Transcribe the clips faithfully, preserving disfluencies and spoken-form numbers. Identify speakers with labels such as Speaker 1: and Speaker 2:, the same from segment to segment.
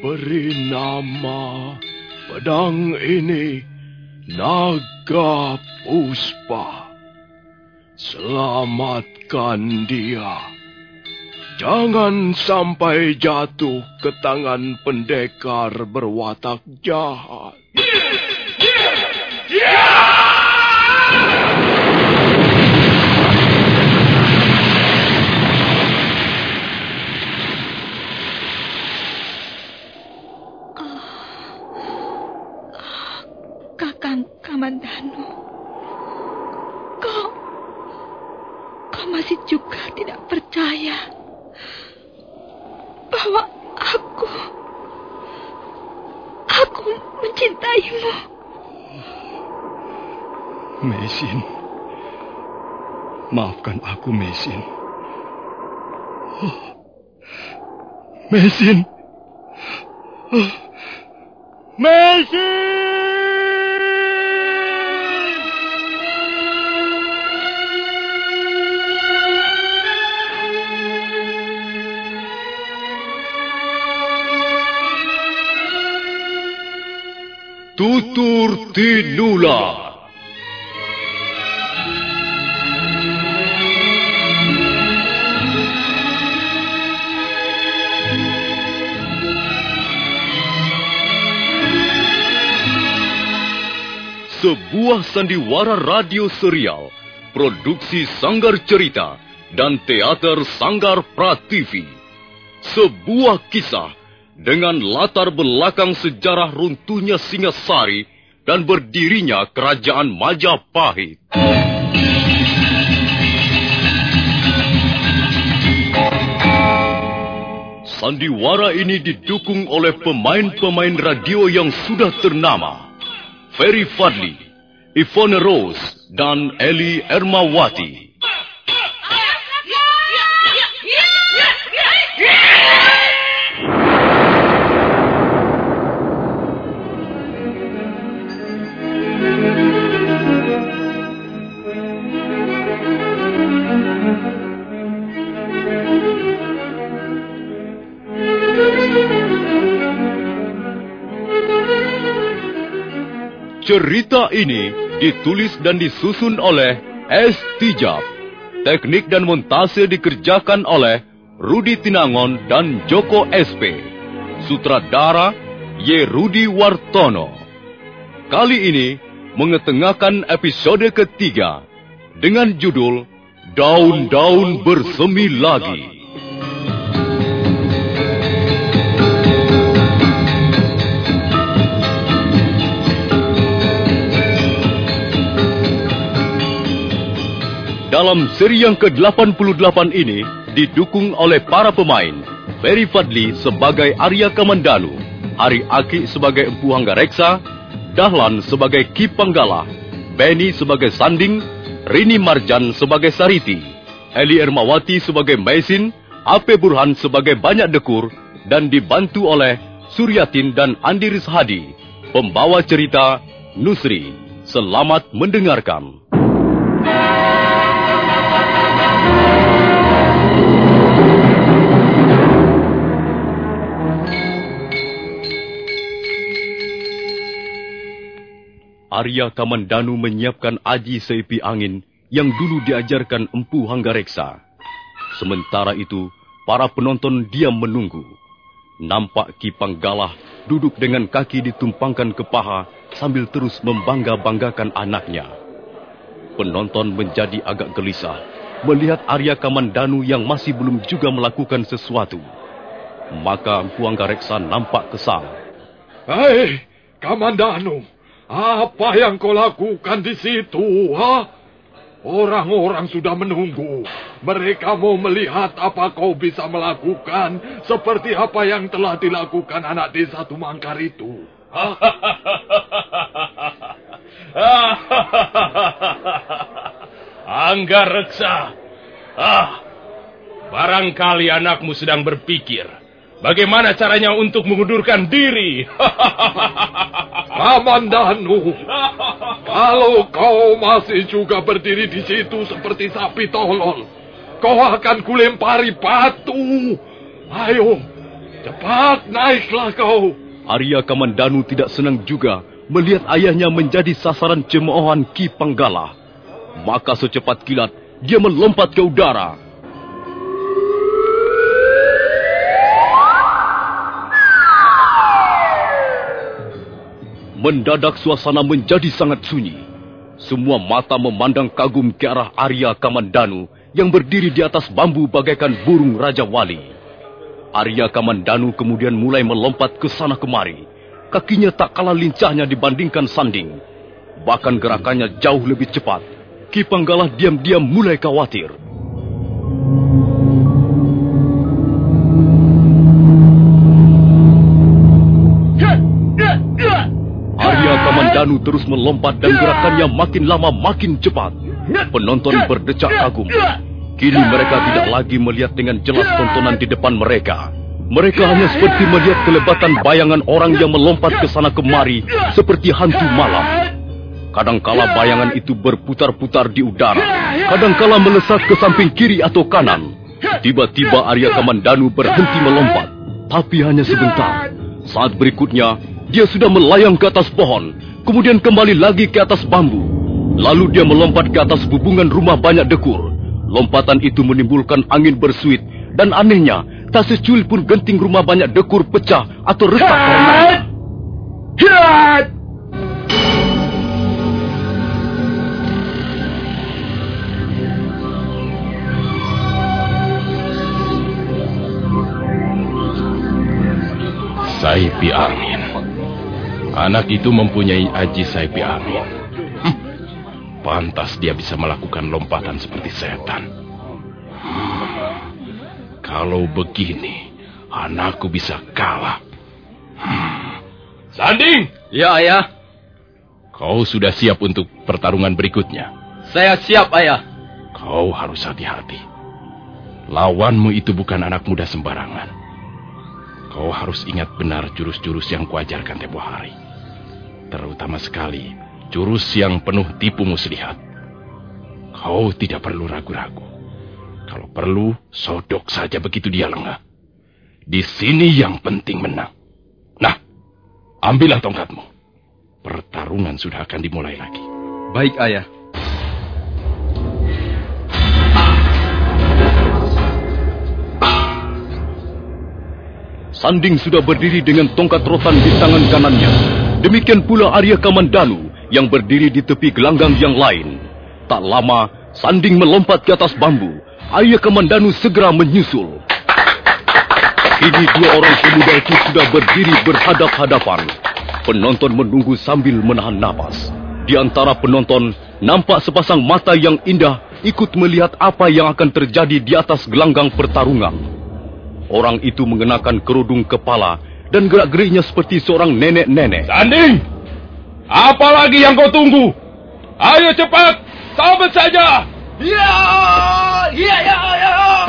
Speaker 1: Beri nama pedang ini Naga Puspa. Selamatkan dia. Jangan sampai jatuh ke tangan pendekar berwatak jahat.
Speaker 2: Kakang Kamandanu, kau, kau masih juga tidak percaya bahwa aku, aku mencintaimu.
Speaker 3: Mesin, maafkan aku, Mesin. Oh, Mesin, oh, Mesin.
Speaker 1: Tutur Tinula. Sebuah sandiwara radio serial, produksi Sanggar Cerita dan Teater Sanggar Prativi. Sebuah kisah dengan latar belakang sejarah runtuhnya Singasari dan berdirinya Kerajaan Majapahit. Sandiwara ini didukung oleh pemain-pemain radio yang sudah ternama. Ferry Fadli, Ivone Rose, dan Eli Ermawati. Cerita ini ditulis dan disusun oleh S. Tijab. Teknik dan montase dikerjakan oleh Rudi Tinangon dan Joko S P. Sutradara Y. Rudi Wartono. Kali ini mengetengahkan episode ketiga dengan judul Daun-Daun Bersemi Lagi. Dalam seri yang ke delapan puluh delapan ini didukung oleh para pemain Ferry Fadli sebagai Arya Kamandanu, Ari Aki sebagai Empu Hanggareksa, Dahlan sebagai Ki Panggala, Benny sebagai Sanding, Rini Marjan sebagai Sariti, Eli Ermawati sebagai Mesin, A P Burhan sebagai Banyak Dekur, dan dibantu oleh Suryatin dan Andi Rizhadi. Pembawa cerita Nusri. Selamat mendengarkan. Arya Kamandanu menyiapkan aji seipi angin yang dulu diajarkan Empu Hanggareksa. Sementara itu, para penonton diam menunggu. Nampak Ki Panggalah duduk dengan kaki ditumpangkan ke paha sambil terus membangga-banggakan anaknya. Penonton menjadi agak gelisah melihat Arya Kamandanu yang masih belum juga melakukan sesuatu. Maka Empu Hanggareksa nampak kesal.
Speaker 4: Hei, Kamandanu! Apa yang kau lakukan di situ, ha? Orang-orang sudah menunggu. Mereka mau melihat apa kau bisa melakukan seperti apa yang telah dilakukan anak desa Tumangkar itu.
Speaker 5: Hanggareksa, ah, barangkali anakmu sedang berpikir bagaimana caranya untuk mengundurkan diri.
Speaker 4: Kamandanu, kalau kau masih juga berdiri di situ seperti sapi tolol, kau akan kulempari batu. Ayo, Cepat, naiklah kau.
Speaker 1: Arya Kamandanu tidak senang juga melihat ayahnya menjadi sasaran cemoohan Ki Panggala. Maka secepat kilat, dia melompat ke udara. Mendadak suasana menjadi sangat sunyi. Semua mata memandang kagum ke arah Arya Kamandanu yang berdiri di atas bambu bagaikan burung Raja Wali. Arya Kamandanu kemudian mulai melompat ke sana kemari. Kakinya tak kalah lincahnya dibandingkan Sanding. Bahkan gerakannya jauh lebih cepat. Ki Panggala diam-diam mulai khawatir. Arya Kamandanu terus melompat dan gerakannya makin lama makin cepat. Penonton berdecak kagum. Kini mereka tidak lagi melihat dengan jelas tontonan di depan mereka. Mereka hanya seperti melihat kelebatan bayangan orang yang melompat ke sana kemari seperti hantu malam. Kadangkala bayangan itu berputar-putar di udara, kadangkala melesat ke samping kiri atau kanan. Tiba-tiba Arya Kamandanu berhenti melompat, tapi hanya sebentar. Saat berikutnya, dia sudah melayang ke atas pohon, kemudian kembali lagi ke atas bambu. Lalu dia melompat ke atas bubungan rumah banyak dekur. Lompatan itu menimbulkan angin bersuit, dan anehnya, tak secuil pun genting rumah banyak dekur pecah atau retak karena.
Speaker 5: Saipi angin. Anak itu mempunyai aji saipi angin. Hm. Pantas dia bisa melakukan lompatan seperti setan. Hmm. Kalau begini, anakku bisa kalah. Hmm. Sanding!
Speaker 6: Ya, Ayah.
Speaker 5: Kau sudah siap untuk pertarungan berikutnya?
Speaker 6: Saya siap, Ayah.
Speaker 5: Kau harus hati-hati. Lawanmu itu bukan anak muda sembarangan. Kau harus ingat benar jurus-jurus yang kuajarkan tempo hari. Terutama sekali jurus yang penuh tipu muslihat. Kau tidak perlu ragu-ragu. Kalau perlu, sodok saja begitu dia lengah. Di sini yang penting menang. Nah, ambillah tongkatmu. Pertarungan sudah akan dimulai lagi.
Speaker 6: Baik, Ayah.
Speaker 1: Sanding sudah berdiri dengan tongkat rotan di tangan kanannya. Demikian pula Arya Kamandanu yang berdiri di tepi gelanggang yang lain. Tak lama, Sanding melompat ke atas bambu. Arya Kamandanu segera menyusul. Kini dua orang pemuda itu sudah berdiri berhadap-hadapan. Penonton menunggu sambil menahan napas. Di antara penonton, nampak sepasang mata yang indah ikut melihat apa yang akan terjadi di atas gelanggang pertarungan. Orang itu mengenakan kerudung kepala dan gerak-geriknya seperti seorang nenek-nenek.
Speaker 5: Sanding! Apa lagi yang kau tunggu? Ayo cepat, sabet saja!
Speaker 6: Ya! Ya, ya, ya!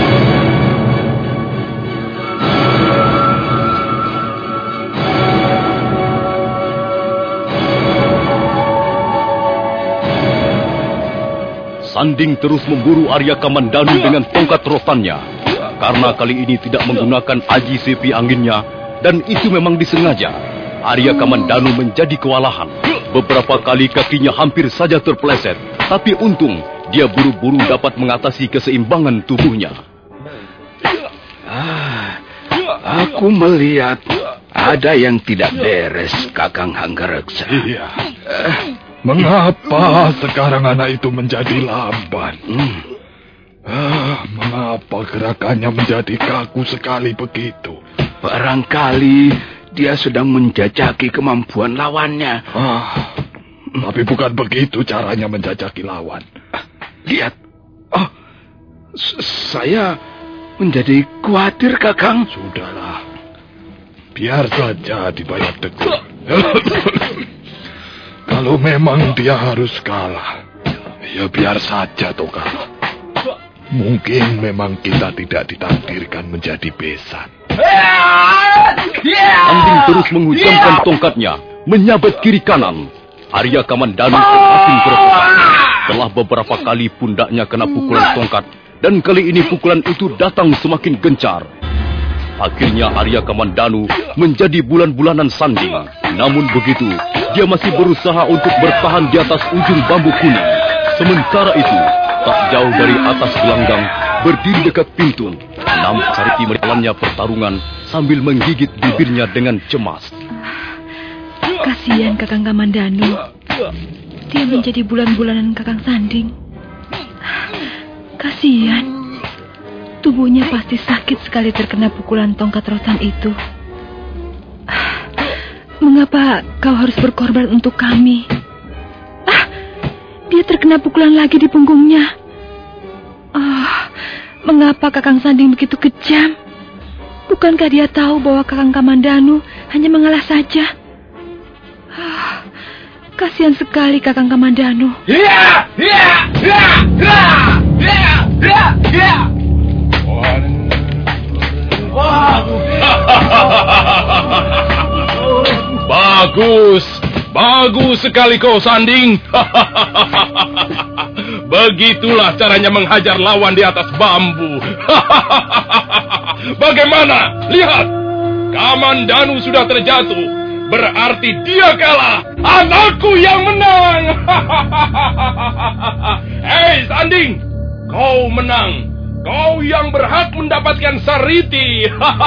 Speaker 1: Sanding terus memburu Arya Kamandanu dengan tongkat rotannya. Karena kali ini tidak menggunakan aji sepi anginnya, dan itu memang disengaja. Arya Kamandanu menjadi kewalahan. Beberapa kali kakinya hampir saja terpeleset, tapi untung dia buru-buru dapat mengatasi keseimbangan tubuhnya.
Speaker 7: Ah, aku melihat ada yang tidak beres, Kakang Hanggareksa.
Speaker 4: Iya. Eh, mengapa sekarang anak itu menjadi lamban? Hmm. Ah, mengapa gerakannya menjadi kaku sekali begitu?
Speaker 7: Barangkali dia sedang menjajaki kemampuan lawannya.
Speaker 4: Ah, tapi bukan begitu caranya menjajaki lawan.
Speaker 7: Lihat. Oh, saya menjadi khawatir, Kakang.
Speaker 4: Sudahlah. Biar saja dibayar tegur. Kalau memang dia harus kalah, ya biar saja toh kalah. Mungkin memang kita tidak ditakdirkan menjadi besan.
Speaker 1: Sanding terus menghujamkan tongkatnya, menyabet kiri kanan. Arya Kamandanu semakin berpegang. Setelah beberapa kali pundaknya kena pukulan tongkat, dan kali ini pukulan itu datang semakin gencar. Akhirnya Arya Kamandanu menjadi bulan-bulanan sanding. Namun begitu, dia masih berusaha untuk bertahan di atas ujung bambu kuning. Sementara itu, tak jauh dari atas gelanggang, berdiri dekat pintu, nampak Sariti melawannya pertarungan sambil menggigit bibirnya dengan cemas.
Speaker 2: Kasihan Kakang Kamandanu. Dia menjadi bulan-bulanan Kakang Sanding. Kasihan. Tubuhnya pasti sakit sekali terkena pukulan tongkat rotan itu. Mengapa kau harus berkorban untuk kami? Ah, dia terkena pukulan lagi di punggungnya. Ah, mengapa Kakang Sanding begitu kejam? Bukankah dia tahu bahwa Kakang Kamandanu hanya mengalah saja? Ah, kasihan sekali Kakang Kamandanu.
Speaker 4: Ya, ya, ya, ya, ya, ya, ya.
Speaker 5: Bagus, bagus sekali kau Sanding. Begitulah caranya menghajar lawan di atas bambu. Bagaimana? Lihat, Kamandanu sudah terjatuh. Berarti dia kalah. Anakku yang menang. Hei Sanding, kau menang. Kau yang berhak mendapatkan Sariti.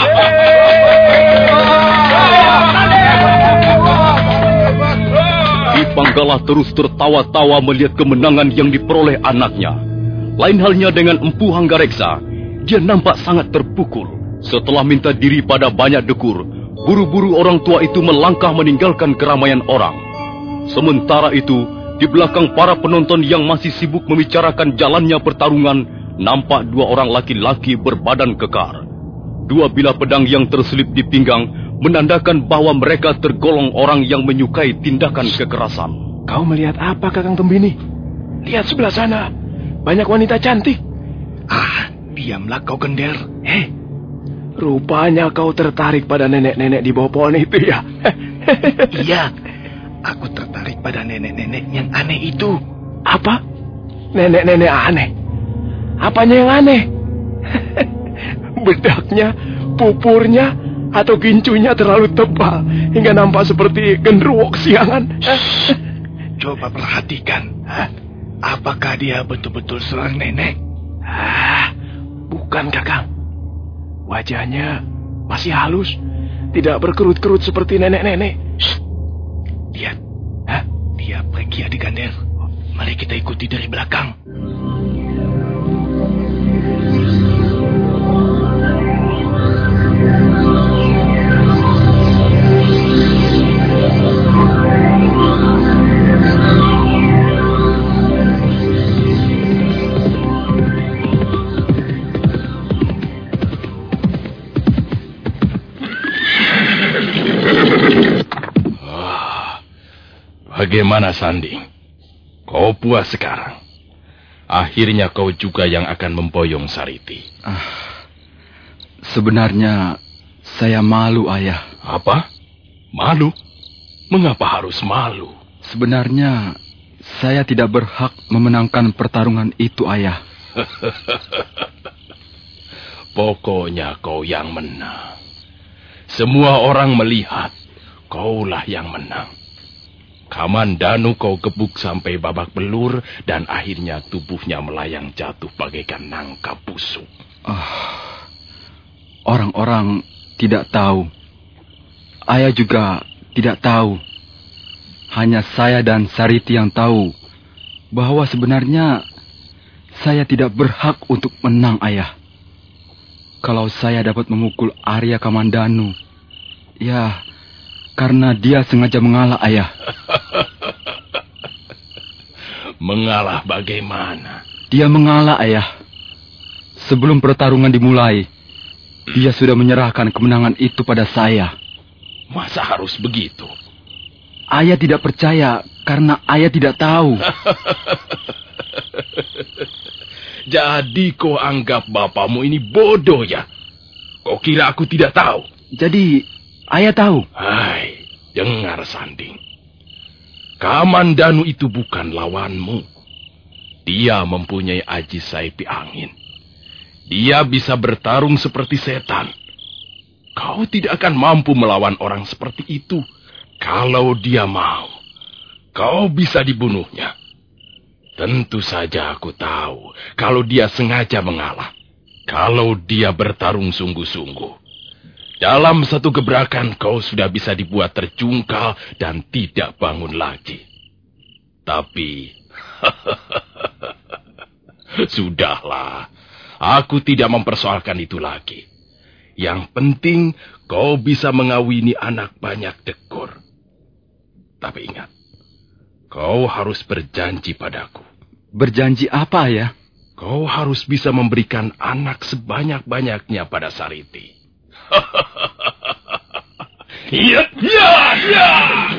Speaker 1: Kipanggala terus tertawa-tawa melihat kemenangan yang diperoleh anaknya. Lain halnya dengan Empu Hanggareksa, dia nampak sangat terpukul. Setelah minta diri pada banyak dekur, buru-buru orang tua itu melangkah meninggalkan keramaian orang. Sementara itu, di belakang para penonton yang masih sibuk membicarakan jalannya pertarungan, nampak dua orang laki-laki berbadan kekar. Dua bilah pedang yang terselip di pinggang menandakan bahwa mereka tergolong orang yang menyukai tindakan kekerasan.
Speaker 8: Kau melihat apa, Kakang Tembini? Lihat sebelah sana. Banyak wanita cantik.
Speaker 3: Ah, diamlah kau Gender.
Speaker 8: Hei, rupanya kau tertarik pada nenek-nenek di bawah pohon itu ya?
Speaker 3: Iya, aku tertarik pada nenek-nenek yang aneh itu.
Speaker 8: Apa? Nenek-nenek aneh? Apanya yang aneh? Bedaknya, pupurnya, atau gincunya terlalu tebal hingga nampak seperti genderuwo kesiangan.
Speaker 3: Coba perhatikan. Apakah dia betul-betul seorang nenek?
Speaker 8: Ah, bukan Kakang. Wajahnya masih halus, tidak berkerut-kerut seperti nenek-nenek.
Speaker 3: Shh. Lihat, Hah? Dia pergi adik Gender. Mari kita ikuti dari belakang.
Speaker 5: Bagaimana Sanding? Kau puas sekarang? Akhirnya kau juga yang akan memboyong Sariti.
Speaker 6: Ah, sebenarnya saya malu, Ayah.
Speaker 5: Apa? Malu? Mengapa harus malu?
Speaker 6: Sebenarnya saya tidak berhak memenangkan pertarungan itu, Ayah.
Speaker 5: Pokoknya kau yang menang. Semua orang melihat kaulah yang menang. Kamandanu kau gebuk sampai babak belur dan akhirnya tubuhnya melayang jatuh bagaikan nangka busuk.
Speaker 6: Ah, orang-orang tidak tahu. Ayah juga tidak tahu. Hanya saya dan Sariti yang tahu bahwa sebenarnya saya tidak berhak untuk menang, Ayah. Kalau saya dapat memukul Arya Kamandanu, ya karena dia sengaja mengalah, Ayah.
Speaker 5: Mengalah bagaimana?
Speaker 6: Dia mengalah, Ayah. Sebelum pertarungan dimulai, dia sudah menyerahkan kemenangan itu pada saya.
Speaker 5: Masa harus begitu?
Speaker 6: Ayah tidak percaya karena Ayah tidak tahu.
Speaker 5: Jadi kau anggap bapamu ini bodoh ya? Kau kira aku tidak tahu?
Speaker 6: Jadi Ayah tahu?
Speaker 5: Hai, dengar Sanding. Kamandanu itu bukan lawanmu. Dia mempunyai aji saipi angin. Dia bisa bertarung seperti setan. Kau tidak akan mampu melawan orang seperti itu. Kalau dia mau, kau bisa dibunuhnya. Tentu saja aku tahu kalau dia sengaja mengalah. Kalau dia bertarung sungguh-sungguh. Dalam satu gebrakan kau sudah bisa dibuat terjungkal dan tidak bangun lagi. Tapi, sudahlah. Aku tidak mempersoalkan itu lagi. Yang penting kau bisa mengawini anak banyak dekor. Tapi ingat, kau harus berjanji padaku.
Speaker 6: Berjanji apa ya?
Speaker 5: Kau harus bisa memberikan anak sebanyak-banyaknya pada Sariti. Iya, iya, iya.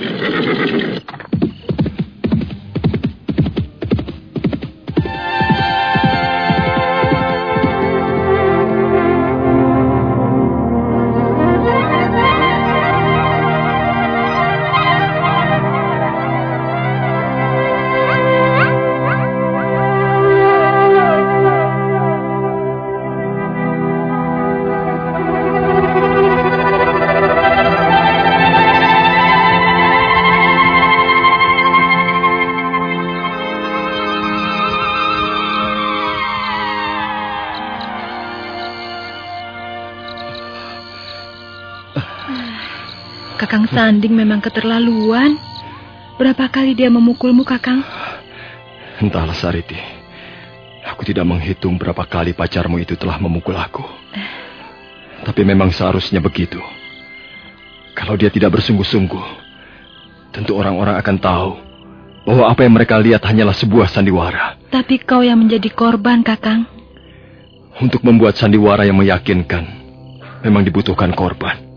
Speaker 2: Kakang Sanding memang keterlaluan. Berapa kali dia memukulmu, Kakang?
Speaker 6: Entahlah, Sariti. Aku tidak menghitung berapa kali pacarmu itu telah memukul aku. Tapi memang seharusnya begitu. Kalau dia tidak bersungguh-sungguh, tentu orang-orang akan tahu bahwa apa yang mereka lihat hanyalah sebuah sandiwara.
Speaker 2: Tapi kau yang menjadi korban, Kakang.
Speaker 6: Untuk membuat sandiwara yang meyakinkan, memang dibutuhkan korban.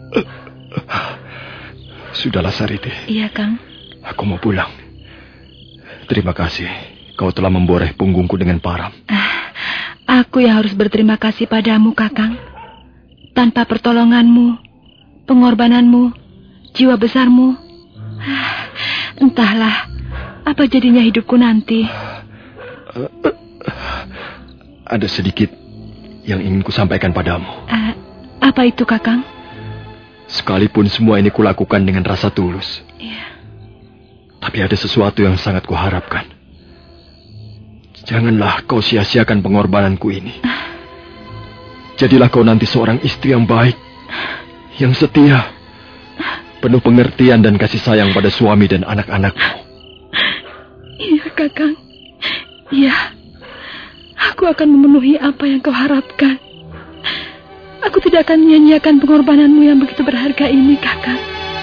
Speaker 6: Sudahlah, Sariti.
Speaker 2: Iya, Kang.
Speaker 6: Aku mau pulang. Terima kasih. Kau telah memboreh punggungku dengan param.
Speaker 2: Ah, aku yang harus berterima kasih padamu, Kakang. Tanpa pertolonganmu, pengorbananmu, jiwa besarmu, ah, entahlah apa jadinya hidupku nanti.
Speaker 6: Uh, uh, ada sedikit yang ingin kusampaikan padamu.
Speaker 2: Uh, apa itu, Kakang?
Speaker 6: Sekalipun semua ini kulakukan dengan rasa tulus.
Speaker 2: Iya.
Speaker 6: Tapi ada sesuatu yang sangat kuharapkan. Janganlah kau sia-siakan pengorbananku ini. Jadilah kau nanti seorang istri yang baik, yang setia, penuh pengertian dan kasih sayang pada suami dan anak-anakmu.
Speaker 2: Iya, Kakang. Iya. Aku akan memenuhi apa yang kau harapkan. Aku tidak akan menyia-nyiakan pengorbananmu yang begitu berharga ini, Kakang.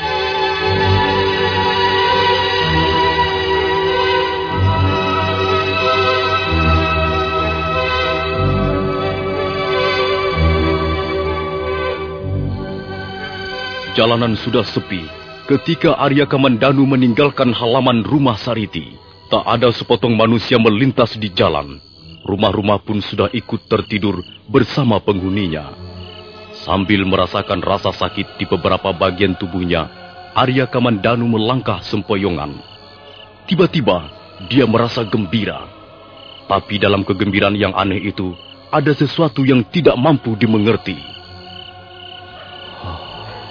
Speaker 1: Jalanan sudah sepi ketika Arya Kamandanu meninggalkan halaman rumah Sariti. Tak ada sepotong manusia melintas di jalan. Rumah-rumah pun sudah ikut tertidur bersama penghuninya. Sambil merasakan rasa sakit di beberapa bagian tubuhnya, Arya Kamandanu melangkah sempoyongan. Tiba-tiba, dia merasa gembira. Tapi dalam kegembiraan yang aneh itu, ada sesuatu yang tidak mampu dimengerti.
Speaker 6: Oh,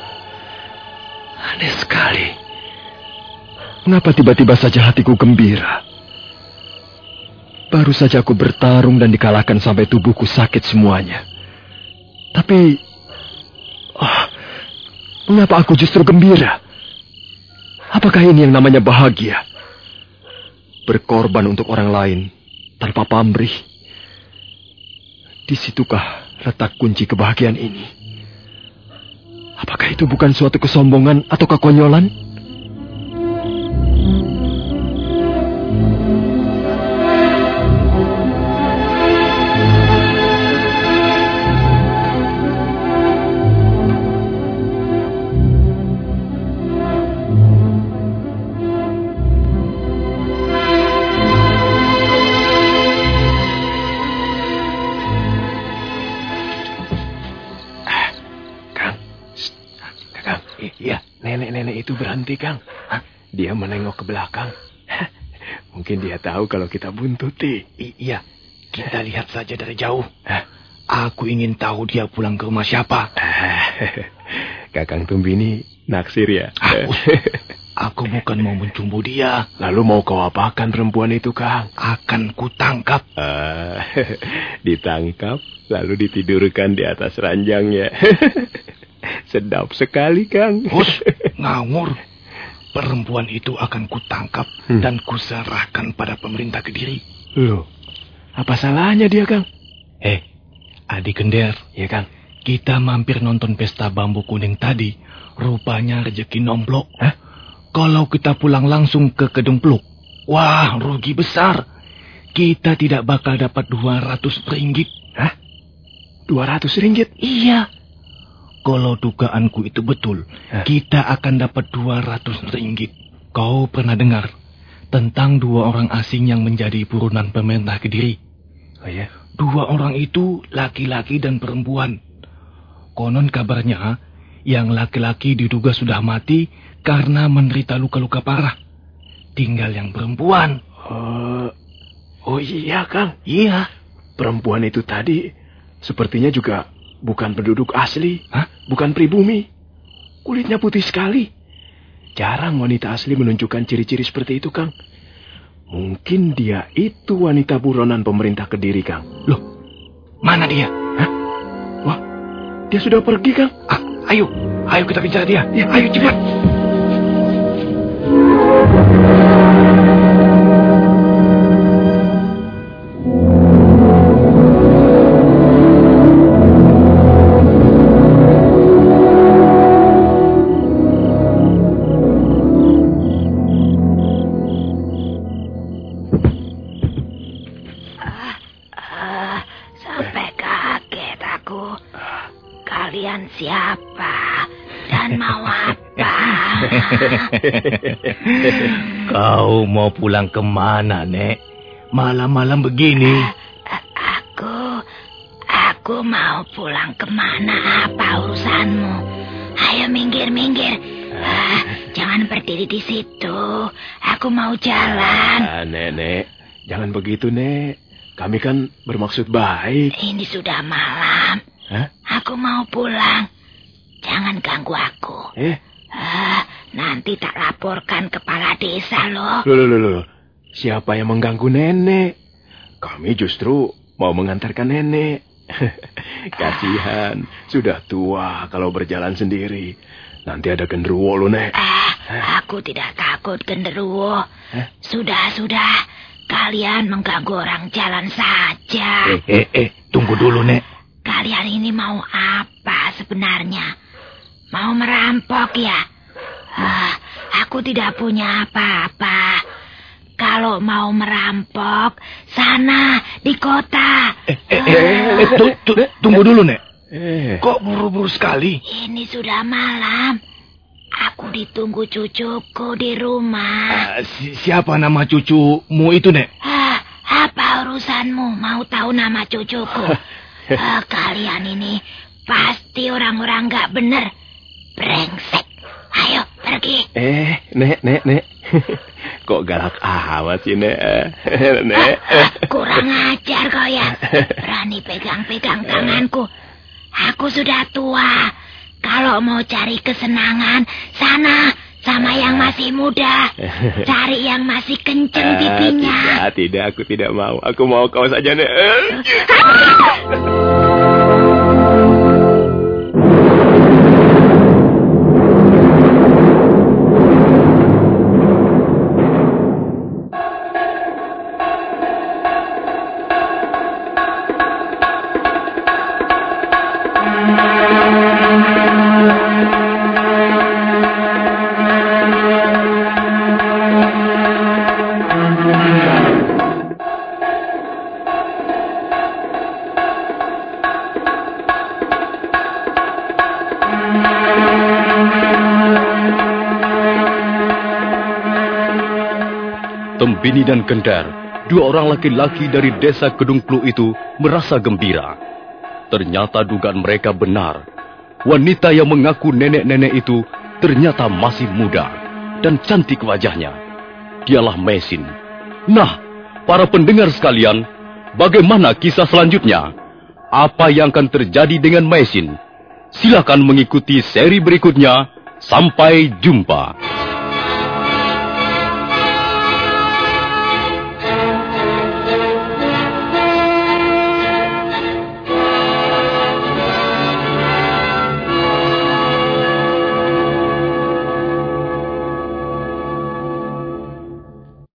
Speaker 6: aneh sekali. Mengapa tiba-tiba saja hatiku gembira? Baru saja aku bertarung dan dikalahkan sampai tubuhku sakit semuanya. Tapi... Oh, mengapa aku justru gembira? Apakah ini yang namanya bahagia? Berkorban untuk orang lain tanpa pamrih. Di situkah letak kunci kebahagiaan ini? Apakah itu bukan suatu kesombongan atau kekonyolan?
Speaker 8: Nenek-nenek itu berhenti, Kang. Hah? Dia menengok ke belakang. Mungkin dia tahu kalau kita buntuti. I- iya, kita lihat saja dari jauh. Hah? Aku ingin tahu dia pulang ke rumah siapa. Kakang Tumbini naksir ya?
Speaker 3: Aku, aku bukan mau mencumbu dia.
Speaker 8: Lalu mau kau apakan perempuan itu, Kang?
Speaker 3: Akan kutangkap.
Speaker 8: Ah, ditangkap, lalu ditidurkan di atas ranjangnya. Sedap sekali, Kang.
Speaker 3: Hus, ngawur. Perempuan itu akan kutangkap hmm. dan kuserahkan pada pemerintah Kediri.
Speaker 8: Loh, apa salahnya dia, Kang?
Speaker 3: Eh, Adik Gender.
Speaker 8: Ya, Kang.
Speaker 3: Kita mampir nonton pesta bambu kuning tadi. Rupanya rezeki nomplok. Hah? Kalau kita pulang langsung ke Kedung Pluk, wah, rugi besar. Kita tidak bakal dapat dua ratus ringgit.
Speaker 8: Hah? dua ratus ringgit?
Speaker 3: Iya. Kalau dugaanku itu betul, Hah? kita akan dapat dua ratus ringgit. Kau pernah dengar tentang dua orang asing yang menjadi buronan pemerintah Kediri?
Speaker 8: Oh ya?
Speaker 3: Dua orang itu laki-laki dan perempuan. Konon kabarnya, yang laki-laki diduga sudah mati karena menderita luka-luka parah. Tinggal yang perempuan.
Speaker 8: Uh, oh iya, Kang.
Speaker 3: Iya.
Speaker 8: Perempuan itu tadi sepertinya juga bukan penduduk asli.
Speaker 3: Hah?
Speaker 8: Bukan pribumi. Kulitnya putih sekali. Jarang wanita asli menunjukkan ciri-ciri seperti itu, Kang. Mungkin dia itu wanita buronan pemerintah Kediri, Kang.
Speaker 3: Loh, mana dia?
Speaker 8: Hah? Wah, dia sudah pergi, Kang.
Speaker 3: Ah, ayo, ayo kita bicara dia. Ya, ayo cepat.
Speaker 9: Siapa dan mau apa?
Speaker 3: Kau mau pulang kemana, Nek? Malam-malam begini.
Speaker 9: Uh, aku, aku mau pulang kemana? Apa urusanmu? Ayo minggir-minggir. Uh, jangan berdiri di situ. Aku mau jalan.
Speaker 8: Ah, Nenek, jangan begitu, Nek. Kami kan bermaksud baik.
Speaker 9: Ini sudah malam.
Speaker 8: Hah?
Speaker 9: Aku mau pulang. Jangan ganggu aku.
Speaker 8: Eh?
Speaker 9: Uh, nanti tak laporkan kepala desa loh.
Speaker 8: Loh, loh, loh, loh. Siapa yang mengganggu nenek? Kami justru mau mengantarkan nenek. Kasihan, sudah tua kalau berjalan sendiri. Nanti ada genderuwo loh, Nek.
Speaker 9: Ah, aku tidak takut genderuwo.
Speaker 8: Hah?
Speaker 9: Sudah, sudah. Kalian mengganggu orang jalan saja.
Speaker 3: Eh, eh, eh. Tunggu dulu, Nek.
Speaker 9: Kalian ini mau apa sebenarnya? Mau merampok ya? Ah, aku tidak punya apa-apa. Kalau mau merampok, sana di kota.
Speaker 3: Eh, eh, eh, eh, tu, tu, tunggu dulu, Nek.
Speaker 8: Eh.
Speaker 3: Kok buru-buru sekali?
Speaker 9: Ini sudah malam. Aku ditunggu cucuku di rumah.
Speaker 3: Uh, si, siapa nama cucumu itu, Nek?
Speaker 9: Ah, apa urusanmu? Mau tahu nama cucuku? Uh, kalian ini pasti orang-orang gak bener. Brengsek. Ayo, pergi.
Speaker 8: Eh, Nek, Nek, Nek. Kok galak amat sih, Nek? Nek.
Speaker 9: Uh, kurang ajar kau ya. Berani pegang-pegang tanganku. Aku sudah tua. Kalau mau cari kesenangan, sana sama yang masih muda. Cari yang masih kenceng pipinya.
Speaker 8: Ah, tidak, tidak, aku tidak mau. Aku mau kau saja, Nek.
Speaker 1: Tembini dan Gender, dua orang laki-laki dari desa Kedung Pluk itu merasa gembira. Ternyata dugaan mereka benar. Wanita yang mengaku nenek-nenek itu ternyata masih muda dan cantik wajahnya. Dialah Mesin. Nah, para pendengar sekalian, bagaimana kisah selanjutnya? Apa yang akan terjadi dengan Mesin? Silakan mengikuti seri berikutnya. Sampai jumpa.